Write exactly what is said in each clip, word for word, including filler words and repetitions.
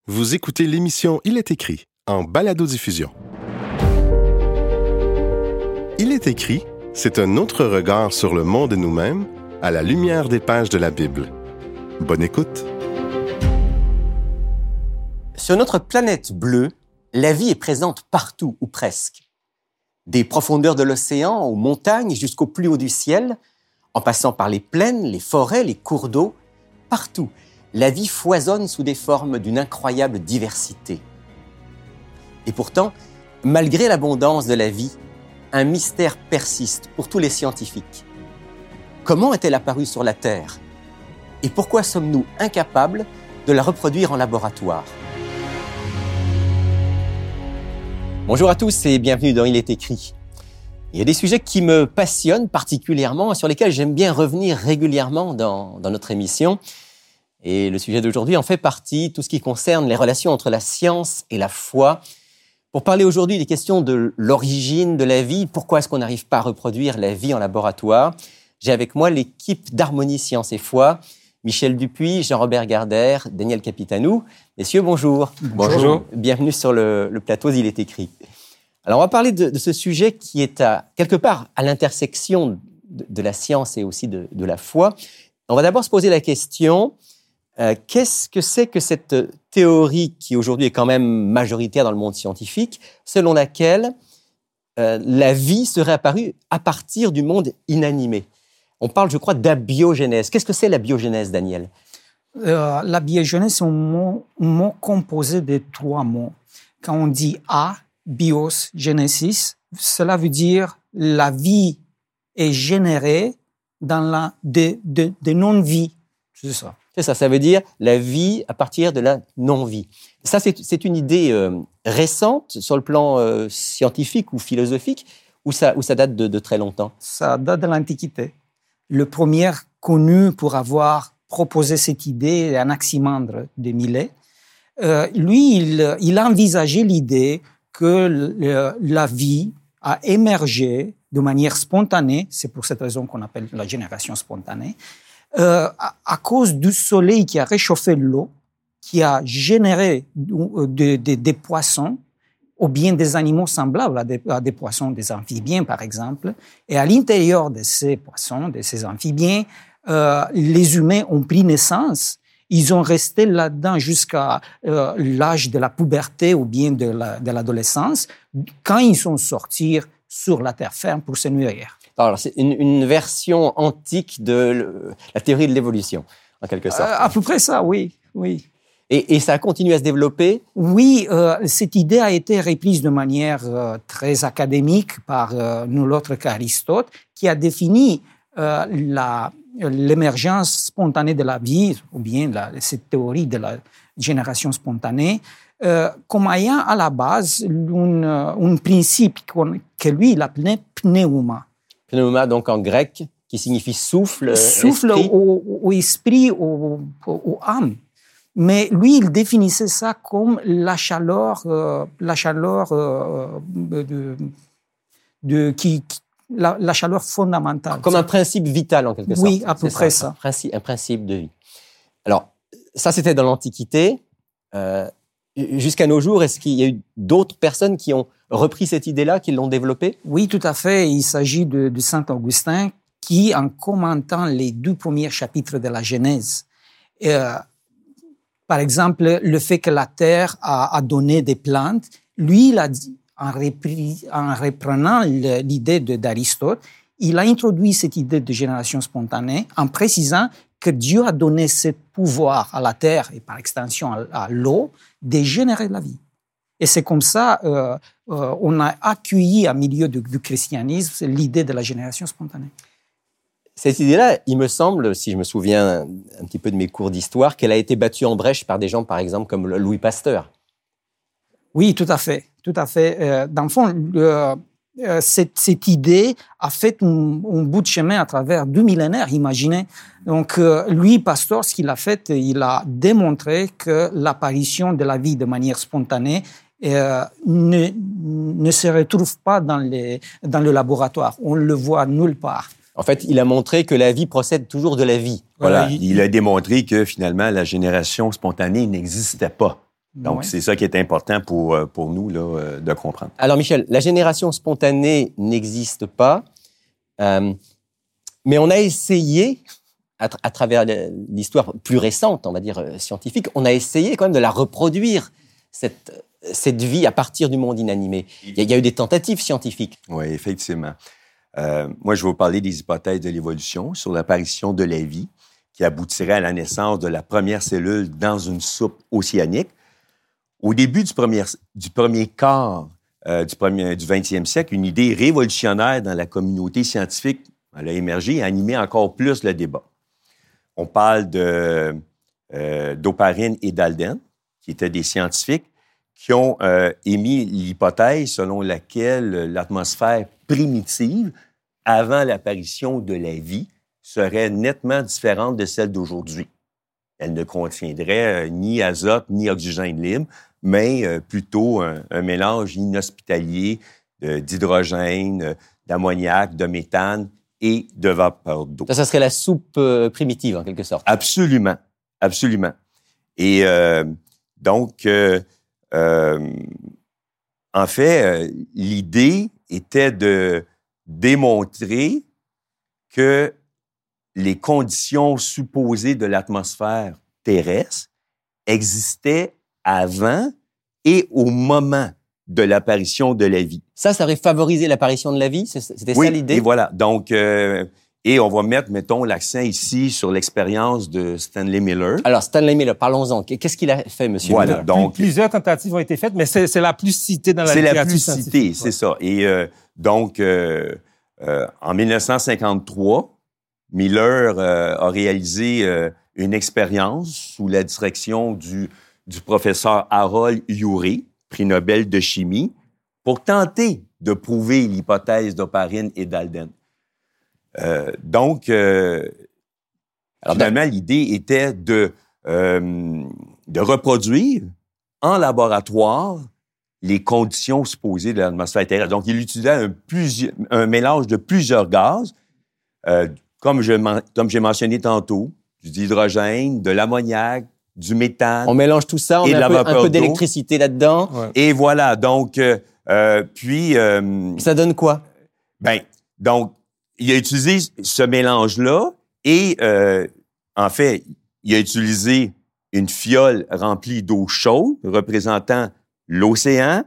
Vous écoutez l'émission Il est écrit, en balado-diffusion. Il est écrit, c'est un autre regard sur le monde et nous-mêmes, à la lumière des pages de la Bible. Bonne écoute. Sur notre planète bleue, la vie est présente partout, ou presque. Des profondeurs de l'océan aux montagnes jusqu'au plus haut du ciel, en passant par les plaines, les forêts, les cours d'eau, partout, la vie foisonne sous des formes d'une incroyable diversité. Et pourtant, malgré l'abondance de la vie, un mystère persiste pour tous les scientifiques. Comment est-elle apparue sur la Terre? Et pourquoi sommes-nous incapables de la reproduire en laboratoire? Bonjour à tous et bienvenue dans Il est écrit. Il y a des sujets qui me passionnent particulièrement et sur lesquels j'aime bien revenir régulièrement dans, dans notre émission. Et le sujet d'aujourd'hui en fait partie, tout ce qui concerne les relations entre la science et la foi. Pour parler aujourd'hui des questions de l'origine de la vie, pourquoi est-ce qu'on n'arrive pas à reproduire la vie en laboratoire, j'ai avec moi l'équipe d'Harmonie Science et Foi, Michel Dupuis, Jean-Robert Gardère, Daniel Capitanou. Messieurs, bonjour. Bonjour. bonjour. Bienvenue sur le, le plateau d'Il est écrit. Alors, on va parler de, de ce sujet qui est à, quelque part à l'intersection de, de la science et aussi de, de la foi. On va d'abord se poser la question, euh, qu'est-ce que c'est que cette théorie qui aujourd'hui est quand même majoritaire dans le monde scientifique, selon laquelle euh, la vie serait apparue à partir du monde inanimé? On parle, je crois, d'abiogénèse. Qu'est-ce que c'est la biogénèse, Daniel? euh, La biogénèse, c'est un mot, un mot composé de trois mots. Quand on dit « a », bios, genesis, cela veut dire la vie est générée dans la de, de, de non-vie. C'est ça. C'est ça, ça veut dire la vie à partir de la non-vie. Ça, c'est, c'est une idée euh, récente sur le plan euh, scientifique ou philosophique, ou ça, ou ça date de, de très longtemps? Ça date de l'Antiquité. Le premier connu pour avoir proposé cette idée est Anaximandre de Milet. Euh, lui, il, il a envisagé l'idée que le, la vie a émergé de manière spontanée, c'est pour cette raison qu'on appelle la génération spontanée, euh, à, à cause du soleil qui a réchauffé l'eau, qui a généré de, de, de, des poissons, ou bien des animaux semblables à des, à des poissons, des amphibiens par exemple. Et à l'intérieur de ces poissons, de ces amphibiens, euh, les humains ont pris naissance. Ils ont resté là-dedans jusqu'à euh, l'âge de la puberté ou bien de, la, de l'adolescence, quand ils sont sortis sur la terre ferme pour se nourrir. Alors, c'est une, une version antique de le, la théorie de l'évolution, en quelque sorte. Euh, à peu près ça, oui, oui. Et, et ça a continué à se développer? Oui, euh, cette idée a été reprise de manière euh, très académique par euh, nul autre qu'Aristote, qui a défini euh, la, l'émergence spontanée de la vie, ou bien la, cette théorie de la génération spontanée, euh, comme ayant à la base un, un principe que lui, il appelait pneuma. Pneuma, donc en grec, qui signifie souffle, souffle esprit. Au, au esprit, au, au, au âme. Mais lui, il définissait ça comme la chaleur, euh, la chaleur euh, de, de qui, qui la, la chaleur fondamentale. Comme un principe vital en quelque sorte. Oui, à peu c'est près ça. ça. Un principe, un principe de vie. Alors, ça c'était dans l'Antiquité. Euh, jusqu'à nos jours, est-ce qu'il y a eu d'autres personnes qui ont repris cette idée-là, qui l'ont développée? Oui, tout à fait. Il s'agit de, de saint Augustin qui, en commentant les deux premiers chapitres de la Genèse, euh, par exemple, le fait que la terre a, a donné des plantes, lui, il a dit, en, repris, en reprenant l'idée de, d'Aristote, il a introduit cette idée de génération spontanée en précisant que Dieu a donné ce pouvoir à la terre et par extension à, à l'eau de générer la vie. Et c'est comme ça euh, euh, on a accueilli au milieu du, du christianisme l'idée de la génération spontanée. Cette idée-là, il me semble, si je me souviens un petit peu de mes cours d'histoire, qu'elle a été battue en brèche par des gens, par exemple, comme Louis Pasteur. Oui, tout à fait, tout à fait. Euh, dans le fond, euh, cette, cette idée a fait un, un bout de chemin à travers deux millénaires, imaginez. Donc, euh, Louis Pasteur, ce qu'il a fait, il a démontré que l'apparition de la vie de manière spontanée euh, ne, ne se retrouve pas dans, les, dans le laboratoire. On le voit nulle part. En fait, il a montré que la vie procède toujours de la vie. Voilà, il a démontré que finalement, la génération spontanée n'existait pas. Donc, Ouais. c'est ça qui est important pour, pour nous là, de comprendre. Alors, Michel, la génération spontanée n'existe pas, euh, mais on a essayé, à, tra- à travers l'histoire plus récente, on va dire euh, scientifique, on a essayé quand même de la reproduire, cette, cette vie à partir du monde inanimé. Il y a, il y a eu des tentatives scientifiques. Oui, effectivement. Euh, moi, je vais vous parler des hypothèses de l'évolution sur l'apparition de la vie qui aboutirait à la naissance de la première cellule dans une soupe océanique. Au début du premier, du premier quart euh, du, premier, du vingtième siècle, une idée révolutionnaire dans la communauté scientifique elle a émergé et a animé encore plus le débat. On parle de, euh, d'Oparin et d'Alden, qui étaient des scientifiques qui ont euh, émis l'hypothèse selon laquelle l'atmosphère primitive, avant l'apparition de la vie, serait nettement différente de celle d'aujourd'hui. Elle ne contiendrait euh, ni azote ni oxygène libre, mais euh, plutôt un, un mélange inhospitalier de, d'hydrogène, euh, d'ammoniac, de méthane et de vapeur d'eau. Ça, ça serait la soupe euh, primitive, en quelque sorte. Absolument, absolument. Et euh, donc, euh, euh, en fait, euh, l'idée était de démontrer que les conditions supposées de l'atmosphère terrestre existaient avant et au moment de l'apparition de la vie. Ça, ça aurait favorisé l'apparition de la vie? C'était oui, ça l'idée? Et voilà. Donc, euh, et on va mettre, mettons, l'accent ici sur l'expérience de Stanley Miller. Alors, Stanley Miller, parlons-en. Qu'est-ce qu'il a fait, monsieur Voilà. Miller? Donc, plusieurs tentatives ont été faites, mais c'est, c'est la plus citée dans la c'est littérature la plus scientifique. citée, c'est ça. Et euh, donc, euh, euh, en dix-neuf cent cinquante-trois, Miller euh, a réalisé euh, une expérience sous la direction du, du professeur Harold Urey, prix Nobel de chimie, pour tenter de prouver l'hypothèse d'Oparin et d'Alden. Euh, donc, euh, Alors, finalement, dans... l'idée était de, euh, de reproduire en laboratoire les conditions supposées de l'atmosphère terrestre. Donc, il utilisait un, plusieurs, un mélange de plusieurs gaz, euh, comme, je, comme j'ai mentionné tantôt, du hydrogène, de l'ammoniac, du méthane. On mélange tout ça, on met un peu, un peu d'électricité là-dedans. Ouais. Et voilà, donc, euh, puis... Euh, ça donne quoi? Ben, donc, il a utilisé ce mélange-là et, euh, en fait, il a utilisé une fiole remplie d'eau chaude représentant l'océan,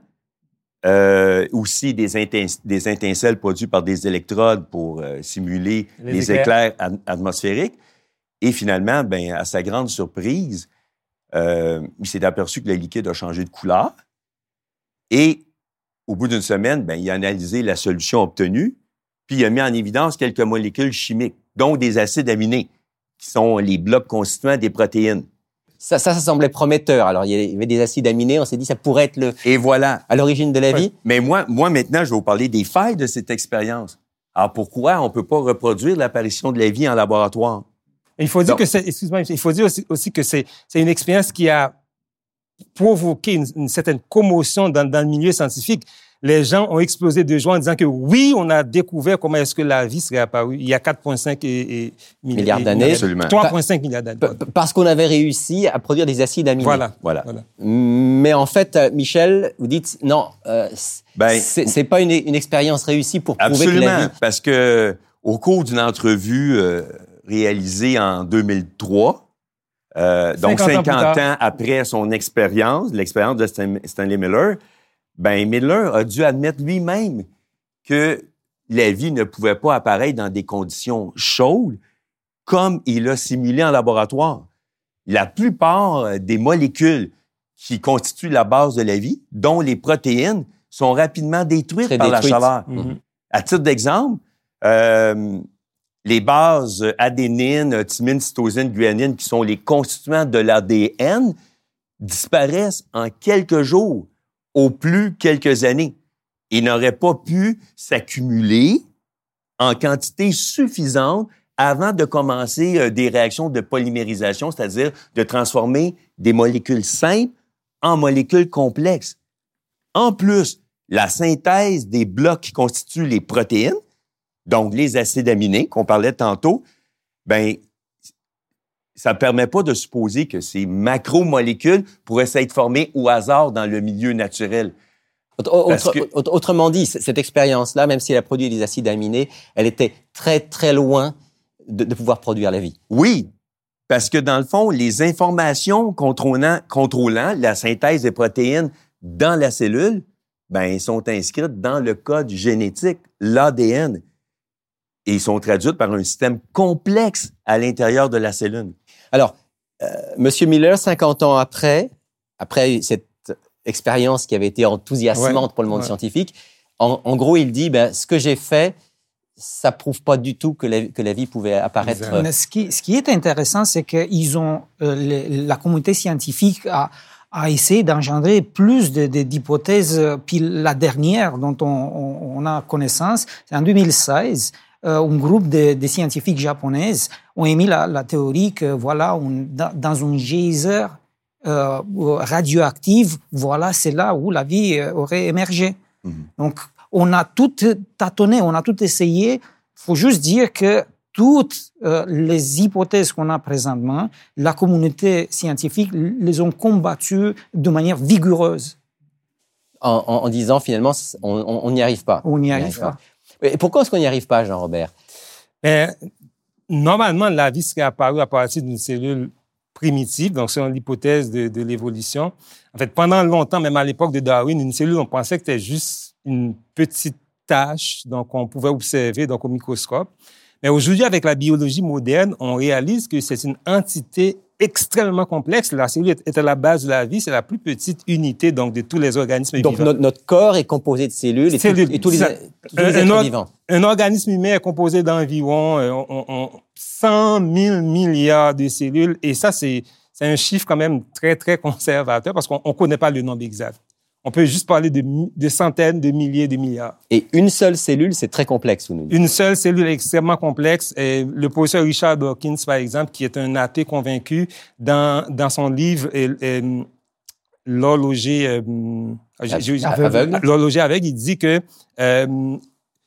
euh, aussi des, étin- des étincelles produites par des électrodes pour euh, simuler les, les éclairs, éclairs ad- atmosphériques. Et finalement, ben, à sa grande surprise, euh, il s'est aperçu que le liquide a changé de couleur. Et au bout d'une semaine, ben, il a analysé la solution obtenue, puis il a mis en évidence quelques molécules chimiques, dont des acides aminés, qui sont les blocs constituants des protéines. Ça, ça, ça semblait prometteur. Alors, il y avait des acides aminés, on s'est dit ça pourrait être le... Et voilà. À l'origine de la vie. Mais moi, moi, maintenant, je vais vous parler des failles de cette expérience. Alors, pourquoi on ne peut pas reproduire l'apparition de la vie en laboratoire? Il faut dire Donc, que c'est, excuse-moi, il faut dire aussi, aussi que c'est, c'est une expérience qui a provoqué une, une certaine commotion dans, dans le milieu scientifique. Les gens ont explosé de joie en disant que oui, on a découvert comment est-ce que la vie serait apparue il y a quatre virgule cinq et, et, milliards d'années. trois virgule cinq milliards d'années. Parce qu'on avait réussi à produire des acides aminés. Voilà. Voilà. voilà. Mais en fait, Michel, vous dites non, euh, ben, c'est, c'est pas une, une expérience réussie pour prouver absolument, que la vie... parce que au cours d'une entrevue euh, réalisée en deux mille trois, euh, donc cinquante ans après son expérience, l'expérience de Stanley Miller, ben Miller a dû admettre lui-même que la vie ne pouvait pas apparaître dans des conditions chaudes comme il a simulé en laboratoire. La plupart des molécules qui constituent la base de la vie, dont les protéines, sont rapidement détruites Très par détruites. la chaleur. Mm-hmm. À titre d'exemple, euh, les bases adénine, thymine, cytosine, guanine, qui sont les constituants de l'A D N, disparaissent en quelques jours, au plus quelques années, et n'auraient pas pu s'accumuler en quantité suffisante avant de commencer euh, des réactions de polymérisation, c'est-à-dire de transformer des molécules simples en molécules complexes. En plus, la synthèse des blocs qui constituent les protéines, donc les acides aminés qu'on parlait tantôt, ben ça ne permet pas de supposer que ces macromolécules pourraient s'être formées au hasard dans le milieu naturel. Autre, que... Autrement dit, cette expérience-là, même si elle a produit des acides aminés, elle était très, très loin de, de pouvoir produire la vie. Oui, parce que dans le fond, les informations contrôlant, contrôlant la synthèse des protéines dans la cellule, ben, sont inscrites dans le code génétique, l'A D N, et sont traduites par un système complexe à l'intérieur de la cellule. Alors, euh, M. Miller, cinquante ans après, après cette expérience qui avait été enthousiasmante ouais, pour le monde ouais. scientifique, en, en gros, il dit, ben, ce que j'ai fait, ça prouve pas du tout que la, que la vie pouvait apparaître. Mais ce qui, ce qui est intéressant, c'est qu'ils ont, euh, les, la communauté scientifique a, a essayé d'engendrer plus de, de, d'hypothèses. Puis la dernière dont on, on, on a connaissance, c'est en deux mille seize. Euh, un groupe de, de scientifiques japonaises ont émis la, la théorie que voilà, on, dans, dans un geyser euh, radioactif, voilà, c'est là où la vie aurait émergé. Mm-hmm. Donc, on a tout tâtonné, on a tout essayé. Il faut juste dire que toutes euh, les hypothèses qu'on a présentement, la communauté scientifique les ont combattues de manière vigoureuse. En, en, en disant finalement, on n'y arrive pas. On n'y arrive pas. pas. Et pourquoi est-ce qu'on n'y arrive pas, Jean-Robert? Ben, normalement, la vie serait apparue à partir d'une cellule primitive, donc selon l'hypothèse de, de l'évolution. En fait, pendant longtemps, même à l'époque de Darwin, une cellule, on pensait que c'était juste une petite tache, donc on pouvait observer donc au microscope. Mais aujourd'hui, avec la biologie moderne, on réalise que c'est une entité extrêmement complexe. La cellule est à la base de la vie, c'est la plus petite unité donc de tous les organismes donc vivants. Donc notre, notre corps est composé de cellules et, cellules, tout, et tous les, ça, tous les êtres un, vivants. Un organisme humain est composé d'environ euh, on, on, cent mille milliards de cellules, et ça, c'est, c'est un chiffre quand même très, très conservateur parce qu'on ne connaît pas le nombre exact. On peut juste parler de, de centaines, de milliers, de milliards. Et une seule cellule, c'est très complexe, vous nous dites. Une seule cellule est extrêmement complexe. Et le professeur Richard Dawkins, par exemple, qui est un athée convaincu, dans, dans son livre euh, L'horloger euh, aveugle. L'horloger aveugle, il dit que euh,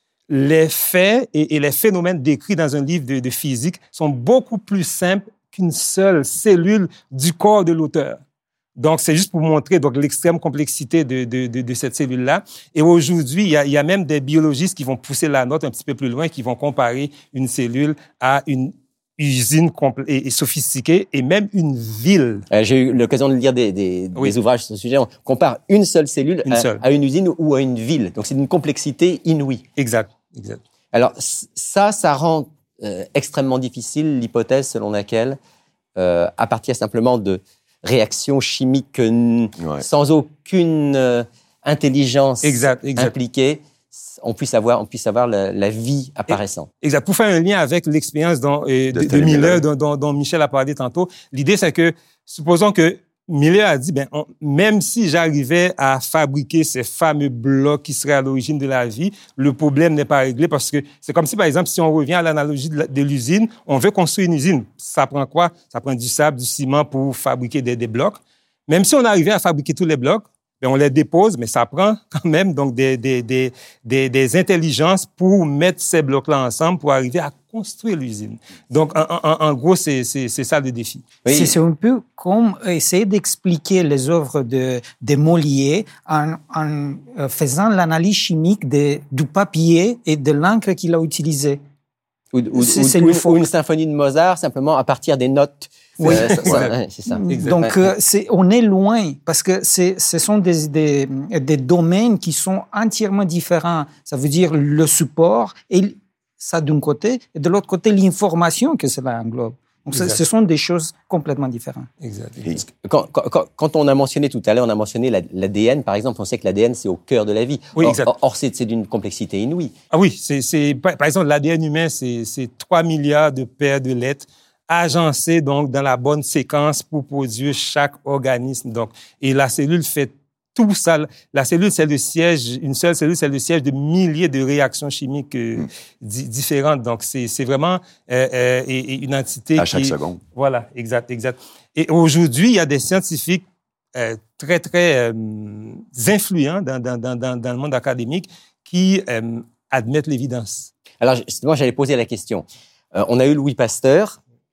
les faits et, et les phénomènes décrits dans un livre de, de physique sont beaucoup plus simples qu'une seule cellule du corps de l'auteur. Donc, c'est juste pour montrer donc l'extrême complexité de, de, de, de cette cellule-là. Et aujourd'hui, il y, a, il y a même des biologistes qui vont pousser la note un petit peu plus loin, qui vont comparer une cellule à une usine compl- et, et sophistiquée et même une ville. Euh, j'ai eu l'occasion de lire des, des, oui. des ouvrages sur ce sujet. On compare une seule cellule une à, seule. à une usine ou à une ville. Donc, c'est d'une complexité inouïe. Exact, exact. Alors, ça, ça rend euh, extrêmement difficile l'hypothèse selon laquelle, euh, à partir simplement de réactions chimiques euh, ouais. sans aucune euh, intelligence exact, exact. impliquée, on puisse avoir, on puisse avoir la, la vie apparaissant. Exact. Pour faire un lien avec l'expérience dont, euh, de, de, de Miller, dont, dont, dont Michel a parlé tantôt, l'idée, c'est que, supposons que Miller a dit, ben, on, même si j'arrivais à fabriquer ces fameux blocs qui seraient à l'origine de la vie, le problème n'est pas réglé parce que c'est comme si, par exemple, si on revient à l'analogie de, la, de l'usine, on veut construire une usine. Ça prend quoi? Ça prend du sable, du ciment pour fabriquer des, des blocs. Même si on arrivait à fabriquer tous les blocs, ben, on les dépose, mais ça prend quand même donc des, des, des, des, des intelligences pour mettre ces blocs-là ensemble pour arriver à construire l'usine. Donc, en, en, en gros, c'est, c'est, c'est ça le défi. Oui. C'est, c'est un peu comme essayer d'expliquer les œuvres de, de Molière en, en faisant l'analyse chimique de, du papier et de l'encre qu'il a utilisé. Ou, ou, c'est, ou, c'est ou, ou une symphonie de Mozart, simplement à partir des notes. Oui, euh, ça, ça, ouais, c'est ça. Donc, euh, c'est, on est loin parce que c'est, ce sont des, des, des domaines qui sont entièrement différents. Ça veut dire le support et ça d'un côté, et de l'autre côté, l'information que cela englobe. Donc, ce, ce sont des choses complètement différentes. Exact. Quand, quand, quand on a mentionné tout à l'heure, on a mentionné la, l'A D N, par exemple, on sait que l'A D N, c'est au cœur de la vie. Oui, or, exact. Or, or c'est, c'est d'une complexité inouïe. Ah oui, c'est, c'est, par exemple, l'A D N humain, c'est, c'est trois milliards de paires de lettres agencées donc dans la bonne séquence pour produire chaque organisme. Donc, et la cellule fait tout ça. La cellule, c'est le siège, une seule cellule, c'est le siège de milliers de réactions chimiques euh, mm. di- différentes. Donc, c'est, c'est vraiment euh, euh, et, et une entité à qui... chaque seconde. Voilà, exact, exact. Et aujourd'hui, il y a des scientifiques euh, très, très euh, influents dans, dans, dans, dans le monde académique qui euh, admettent l'évidence. Alors, justement, j'allais poser la question. Euh, on a eu Louis Pasteur,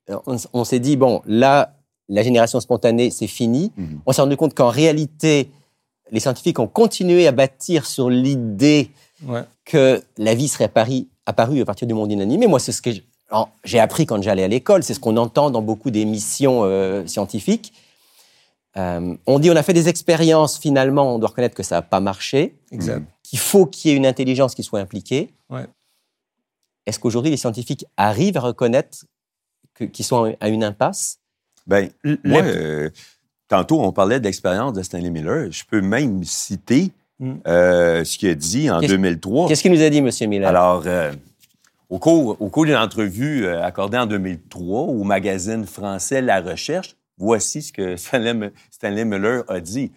on, on s'est dit, bon, là, la génération spontanée, c'est fini. Mm-hmm. On s'est rendu compte qu'en réalité, les scientifiques ont continué à bâtir sur l'idée ouais. que la vie serait apparue, apparue à partir du monde inanimé. Moi, c'est ce que j'ai, j'ai appris quand j'allais à l'école. C'est ce qu'on entend dans beaucoup d'émissions euh, scientifiques. Euh, on dit on a fait des expériences, finalement, on doit reconnaître que ça n'a pas marché. Exact. Qu'il faut qu'il y ait une intelligence qui soit impliquée. Ouais. Est-ce qu'aujourd'hui, les scientifiques arrivent à reconnaître que, qu'ils sont à une impasse? Bien, moi, euh, tantôt, on parlait de l'expérience de Stanley Miller. Je peux même citer mm. euh, ce qu'il a dit en qu'est-ce, deux mille trois. Qu'est-ce qu'il nous a dit, M. Miller? Alors, euh, au cours, au cours d'une entrevue euh, accordée en deux mille trois au magazine français La Recherche, voici ce que Stanley, Stanley Miller a dit.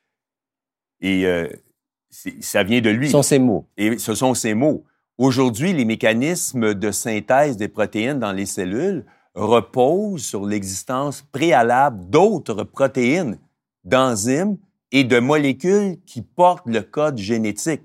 Et euh, c'est, ça vient de lui. Ce sont ses mots. Et ce sont ses mots. Aujourd'hui, les mécanismes de synthèse des protéines dans les cellules reposent sur l'existence préalable d'autres protéines, d'enzymes et de molécules qui portent le code génétique.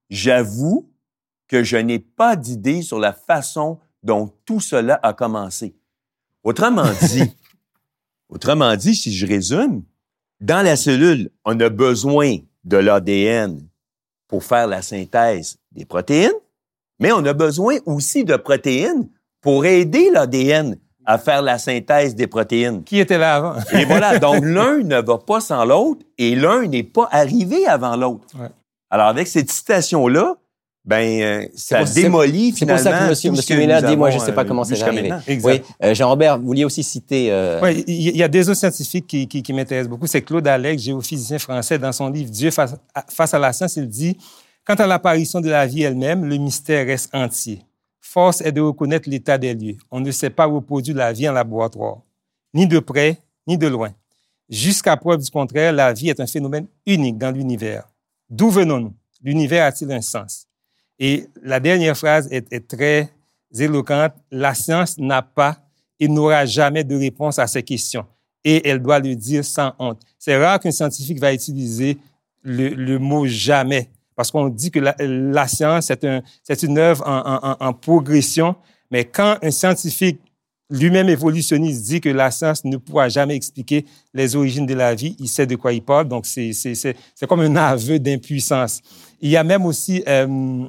J'avoue que je n'ai pas d'idée sur la façon dont tout cela a commencé. Autrement dit, autrement dit, si je résume, dans la cellule, on a besoin de l'A D N pour faire la synthèse des protéines, mais on a besoin aussi de protéines pour aider l'A D N à faire la synthèse des protéines. Qui était là avant? Et voilà, donc l'un ne va pas sans l'autre et l'un n'est pas arrivé avant l'autre. Ouais. Alors avec cette citation-là, ben euh, ça pour, démolit c'est, finalement. C'est pour ça que M. M. Miller dit, moi je ne sais pas comment c'est arrivé. Oui, euh, Jean-Robert, vous vouliez aussi citer... Euh... Oui, il y a des autres scientifiques qui, qui, qui m'intéressent beaucoup. C'est Claude Allègre, géophysicien français, dans son livre « Dieu face à, face à la science », il dit « Quant à l'apparition de la vie elle-même, le mystère reste entier. Force est de reconnaître l'état des lieux. On ne sait pas reproduire la vie en laboratoire, ni de près, ni de loin. Jusqu'à preuve du contraire, la vie est un phénomène unique dans l'univers. D'où venons-nous? L'univers a-t-il un sens? » Et la dernière phrase est, est très éloquente. La science n'a pas et n'aura jamais de réponse à ces questions. Et elle doit le dire sans honte. C'est rare qu'un scientifique va utiliser le, le mot « jamais ». Parce qu'on dit que la, la science, c'est, un, c'est une œuvre en, en, en progression. Mais quand un scientifique, lui-même évolutionniste, dit que la science ne pourra jamais expliquer les origines de la vie, il sait de quoi il parle. Donc, c'est, c'est, c'est, c'est comme un aveu d'impuissance. Il y a même aussi euh,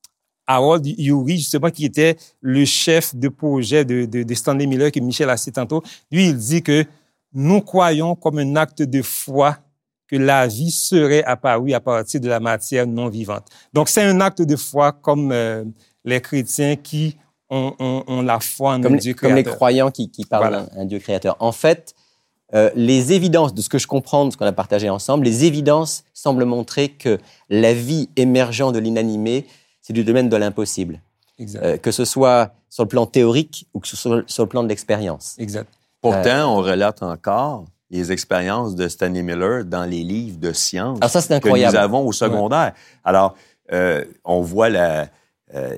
Harold Urey, justement, qui était le chef de projet de, de, de Stanley Miller, que Michel a cité tantôt. Lui, il dit que nous croyons comme un acte de foi que la vie serait apparue à partir de la matière non vivante. Donc, c'est un acte de foi comme euh, les chrétiens qui ont, ont, ont la foi en comme un les, Dieu créateur. Comme les croyants qui, qui parlent voilà. d'un Dieu créateur. En fait, euh, les évidences, de ce que je comprends, de ce qu'on a partagé ensemble, les évidences semblent montrer que la vie émergeant de l'inanimé, c'est du domaine de l'impossible. Exact. Euh, que ce soit sur le plan théorique ou que ce soit sur le plan de l'expérience. Exact. Pourtant, euh, on relate encore les expériences de Stanley Miller dans les livres de sciences Alors ça, c'est que nous avons au secondaire. Ouais. Alors, euh, on voit la, euh,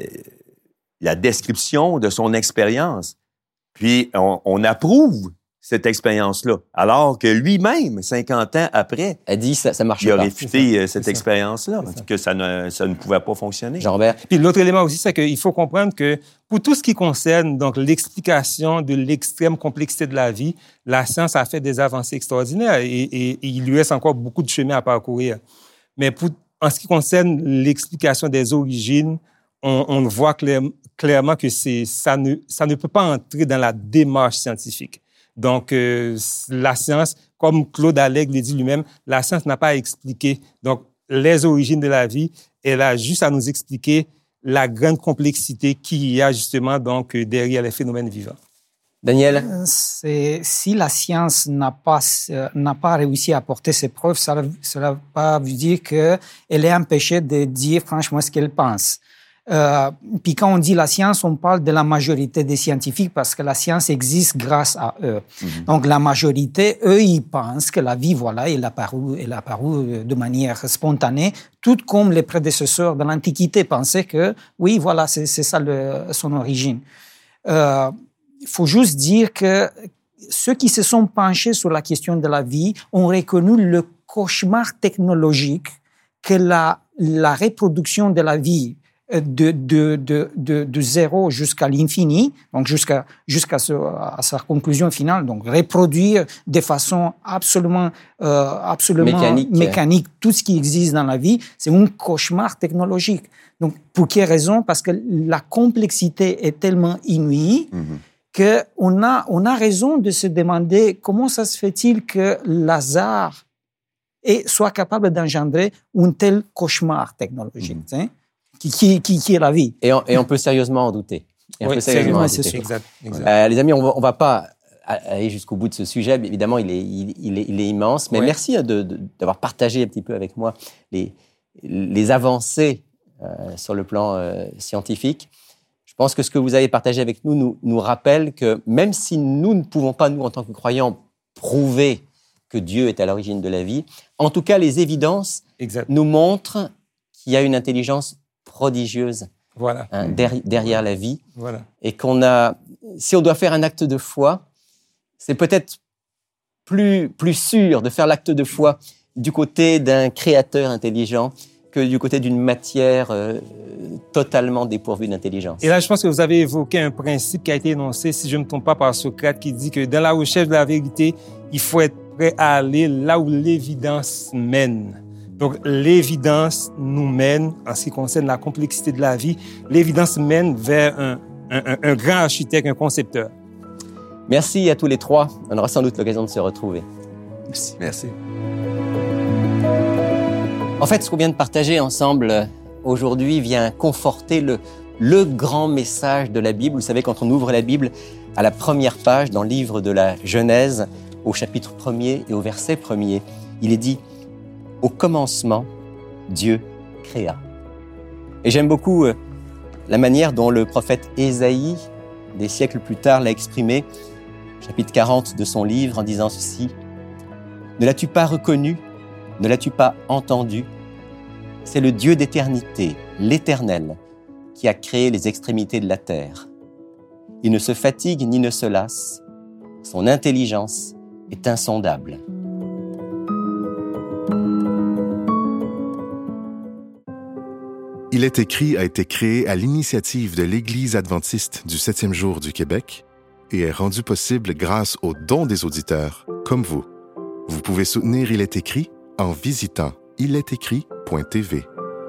la description de son expérience, puis on, on approuve cette expérience-là, alors que lui-même, cinquante ans après, a dit ça, ça marche il a pas. réfuté ça. cette ça. expérience-là, ça. que ça ne, ça ne pouvait pas fonctionner. Jean-Robert. Puis l'autre élément aussi, c'est qu'il faut comprendre que pour tout ce qui concerne donc l'explication de l'extrême complexité de la vie, la science a fait des avancées extraordinaires et, et, et il lui reste encore beaucoup de chemin à parcourir. Mais pour, en ce qui concerne l'explication des origines, on, on voit clair, clairement que c'est, ça, ne, ça ne peut pas entrer dans la démarche scientifique. Donc, euh, la science, comme Claude Allègre le dit lui-même, la science n'a pas à expliquer donc, les origines de la vie, elle a juste à nous expliquer la grande complexité qu'il y a justement donc, derrière les phénomènes vivants. Daniel? C'est, si la science n'a pas, euh, n'a pas réussi à apporter ses preuves, ça ne veut pas dire qu'elle est empêchée de dire franchement ce qu'elle pense. Euh, puis quand on dit la science, on parle de la majorité des scientifiques parce que la science existe grâce à eux. Mm-hmm. Donc la majorité, eux, ils pensent que la vie, voilà, elle a apparu, elle a apparu de manière spontanée, tout comme les prédécesseurs de l'Antiquité pensaient que, oui, voilà, c'est, c'est ça le, son origine. Euh, il faut juste dire que ceux qui se sont penchés sur la question de la vie ont reconnu le cauchemar technologique que la, la reproduction de la vie de, de, de, de, de zéro jusqu'à l'infini, donc jusqu'à, jusqu'à ce, à sa conclusion finale, donc reproduire de façon absolument, euh, absolument mécanique. mécanique tout ce qui existe dans la vie, c'est un cauchemar technologique. Donc, pour quelle raison? Parce que la complexité est tellement inouïe mm-hmm. qu'on a, on a raison de se demander comment ça se fait-il que l'hasard est, soit capable d'engendrer un tel cauchemar technologique, mm-hmm. hein, qui, qui, qui, qui est la vie. Et on, et on peut sérieusement en douter. Et on oui, peut sérieusement en douter. C'est exact. exact. Euh, les amis, on va, on va pas aller jusqu'au bout de ce sujet. Évidemment, il est, il, il est, il est immense. Mais ouais. merci de, de, d'avoir partagé un petit peu avec moi les, les avancées Euh, sur le plan euh, scientifique. Je pense que ce que vous avez partagé avec nous, nous nous rappelle que même si nous ne pouvons pas, nous, en tant que croyants, prouver que Dieu est à l'origine de la vie, en tout cas, les évidences exact. Nous montrent qu'il y a une intelligence prodigieuse voilà. hein, der- derrière la vie. Voilà. Et qu'on a... Si on doit faire un acte de foi, c'est peut-être plus, plus sûr de faire l'acte de foi du côté d'un créateur intelligent que du côté d'une matière euh, totalement dépourvue d'intelligence. Et là, je pense que vous avez évoqué un principe qui a été énoncé, si je ne me trompe pas, par Socrate, qui dit que dans la recherche de la vérité, il faut être prêt à aller là où l'évidence mène. Donc, l'évidence nous mène, en ce qui concerne la complexité de la vie, l'évidence mène vers un, un, un, un grand architecte, un concepteur. Merci à tous les trois. On aura sans doute l'occasion de se retrouver. Merci. Merci. En fait, ce qu'on vient de partager ensemble aujourd'hui vient conforter le, le grand message de la Bible. Vous savez, quand on ouvre la Bible, à la première page, dans le livre de la Genèse, au chapitre premier et au verset premier, il est dit « Au commencement, Dieu créa ». Et j'aime beaucoup la manière dont le prophète Ésaïe, des siècles plus tard, l'a exprimé, chapitre quarante de son livre, en disant ceci « Ne l'as-tu pas reconnu ? Ne l'as-tu pas entendu? C'est le Dieu d'éternité, l'Éternel, qui a créé les extrémités de la terre. Il ne se fatigue ni ne se lasse. Son intelligence est insondable. » Il est écrit a été créé à l'initiative de l'Église adventiste du septième jour du Québec et est rendu possible grâce aux dons des auditeurs, comme vous. Vous pouvez soutenir Il est écrit en visitant il est écrit point t v.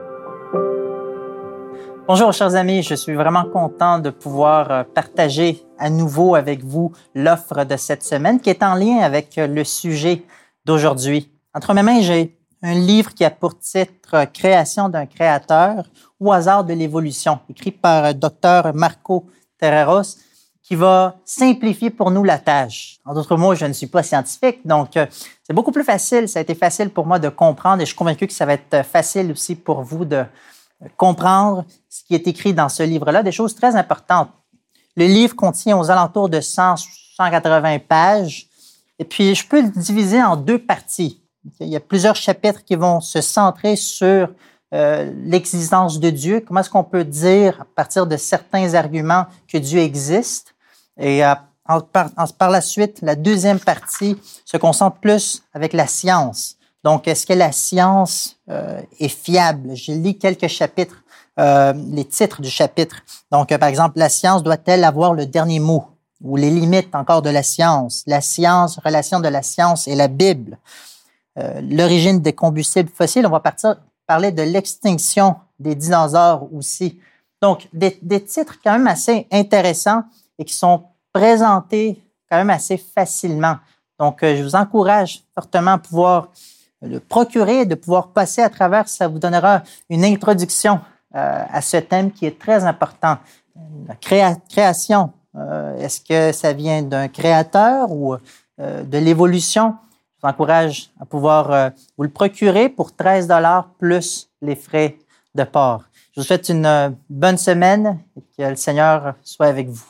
Bonjour, chers amis. Je suis vraiment content de pouvoir partager à nouveau avec vous l'offre de cette semaine qui est en lien avec le sujet d'aujourd'hui. Entre mes mains, j'ai un livre qui a pour titre « Création d'un créateur ou hasard de l'évolution », écrit par Dr Marco Terreros, qui va simplifier pour nous la tâche. En d'autres mots, je ne suis pas scientifique, donc euh, c'est beaucoup plus facile. Ça a été facile pour moi de comprendre et je suis convaincu que ça va être facile aussi pour vous de comprendre ce qui est écrit dans ce livre-là, des choses très importantes. Le livre contient aux alentours de cent, cent quatre-vingts pages et puis je peux le diviser en deux parties. Il y a plusieurs chapitres qui vont se centrer sur euh, l'existence de Dieu, comment est-ce qu'on peut dire à partir de certains arguments que Dieu existe. Et euh, en, par, en, par la suite, la deuxième partie se concentre plus avec la science. Donc, est-ce que la science euh, est fiable? J'ai lu quelques chapitres, euh, les titres du chapitre. Donc, euh, par exemple, la science doit-elle avoir le dernier mot? Ou les limites encore de la science? La science, relation de la science et la Bible. Euh, l'origine des combustibles fossiles. On va partir, parler de l'extinction des dinosaures aussi. Donc, des, des titres quand même assez intéressants et qui sont présentés quand même assez facilement. Donc, euh, je vous encourage fortement à pouvoir le procurer, de pouvoir passer à travers. Ça vous donnera une introduction euh, à ce thème qui est très important. La créa- création, euh, est-ce que ça vient d'un créateur ou euh, de l'évolution? Je vous encourage à pouvoir euh, vous le procurer pour treize dollars plus les frais de port. Je vous souhaite une euh, bonne semaine et que le Seigneur soit avec vous.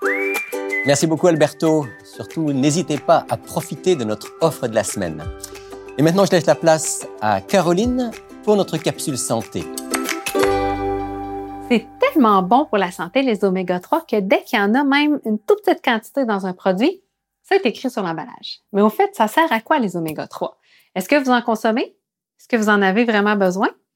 Merci beaucoup, Alberto. Surtout, n'hésitez pas à profiter de notre offre de la semaine. Et maintenant, je laisse la place à Caroline pour notre capsule santé. C'est tellement bon pour la santé, les oméga trois, que dès qu'il y en a même une toute petite quantité dans un produit, ça est écrit sur l'emballage. Mais au fait, ça sert à quoi, les oméga trois? Est-ce que vous en consommez? Est-ce que vous en avez vraiment besoin?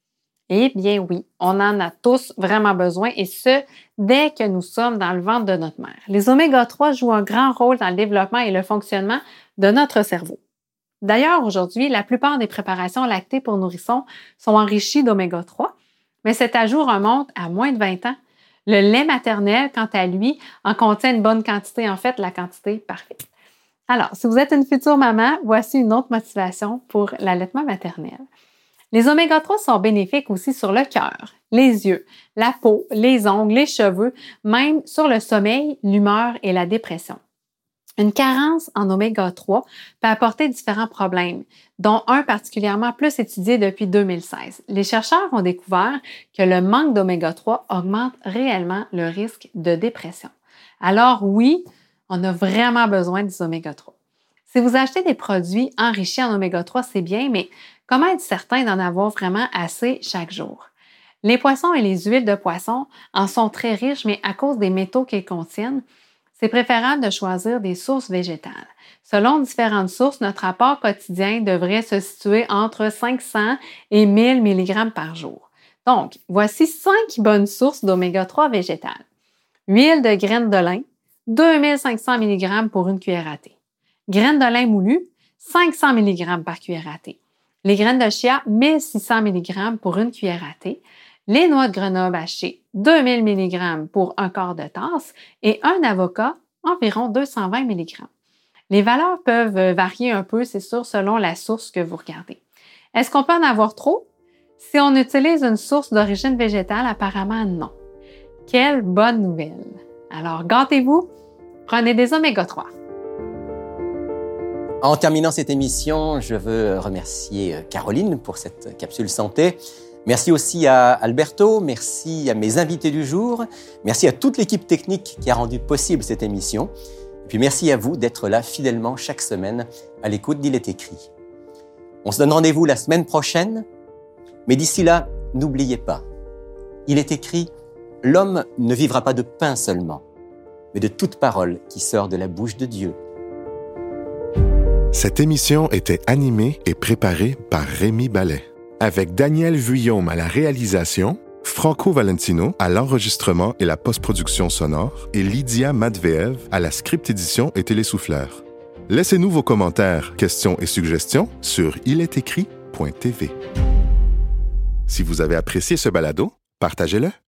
Eh bien oui, on en a tous vraiment besoin et ce, dès que nous sommes dans le ventre de notre mère. Les oméga trois jouent un grand rôle dans le développement et le fonctionnement de notre cerveau. D'ailleurs, aujourd'hui, la plupart des préparations lactées pour nourrissons sont enrichies d'oméga trois, mais cet ajout remonte à moins de vingt ans. Le lait maternel, quant à lui, en contient une bonne quantité, en fait, la quantité parfaite. Alors, si vous êtes une future maman, voici une autre motivation pour l'allaitement maternel. Les oméga trois sont bénéfiques aussi sur le cœur, les yeux, la peau, les ongles, les cheveux, même sur le sommeil, l'humeur et la dépression. Une carence en oméga trois peut apporter différents problèmes, dont un particulièrement plus étudié depuis deux mille seize. Les chercheurs ont découvert que le manque d'oméga trois augmente réellement le risque de dépression. Alors oui, on a vraiment besoin des oméga trois. Si vous achetez des produits enrichis en oméga trois, c'est bien, mais comment être certain d'en avoir vraiment assez chaque jour? Les poissons et les huiles de poisson en sont très riches, mais à cause des métaux qu'ils contiennent, c'est préférable de choisir des sources végétales. Selon différentes sources, notre apport quotidien devrait se situer entre cinq cents et mille milligrammes par jour. Donc, voici cinq bonnes sources d'oméga trois végétales. Huile de graines de lin, deux mille cinq cents milligrammes pour une cuillère à thé. Graines de lin moulues, cinq cents milligrammes par cuillère à thé. Les graines de chia, mille six cents milligrammes pour une cuillère à thé. Les noix de Grenoble hachées, deux mille milligrammes pour un quart de tasse. Et un avocat, environ deux cent vingt milligrammes. Les valeurs peuvent varier un peu, c'est sûr, selon la source que vous regardez. Est-ce qu'on peut en avoir trop? Si on utilise une source d'origine végétale, apparemment non. Quelle bonne nouvelle! Alors, gâtez-vous, prenez des oméga trois. En terminant cette émission, je veux remercier Caroline pour cette capsule santé. Merci aussi à Alberto, merci à mes invités du jour, merci à toute l'équipe technique qui a rendu possible cette émission. Et puis merci à vous d'être là fidèlement chaque semaine à l'écoute d'Il est écrit. On se donne rendez-vous la semaine prochaine, mais d'ici là, n'oubliez pas, il est écrit « L'homme ne vivra pas de pain seulement, mais de toute parole qui sort de la bouche de Dieu. » Cette émission était animée et préparée par Rémi Ballet, avec Daniel Vuillaume à la réalisation, Franco Valentino à l'enregistrement et la post-production sonore et Lydia Matveev à la script édition et télésouffleur. Laissez-nous vos commentaires, questions et suggestions sur il est écrit point t v. Si vous avez apprécié ce balado, partagez-le.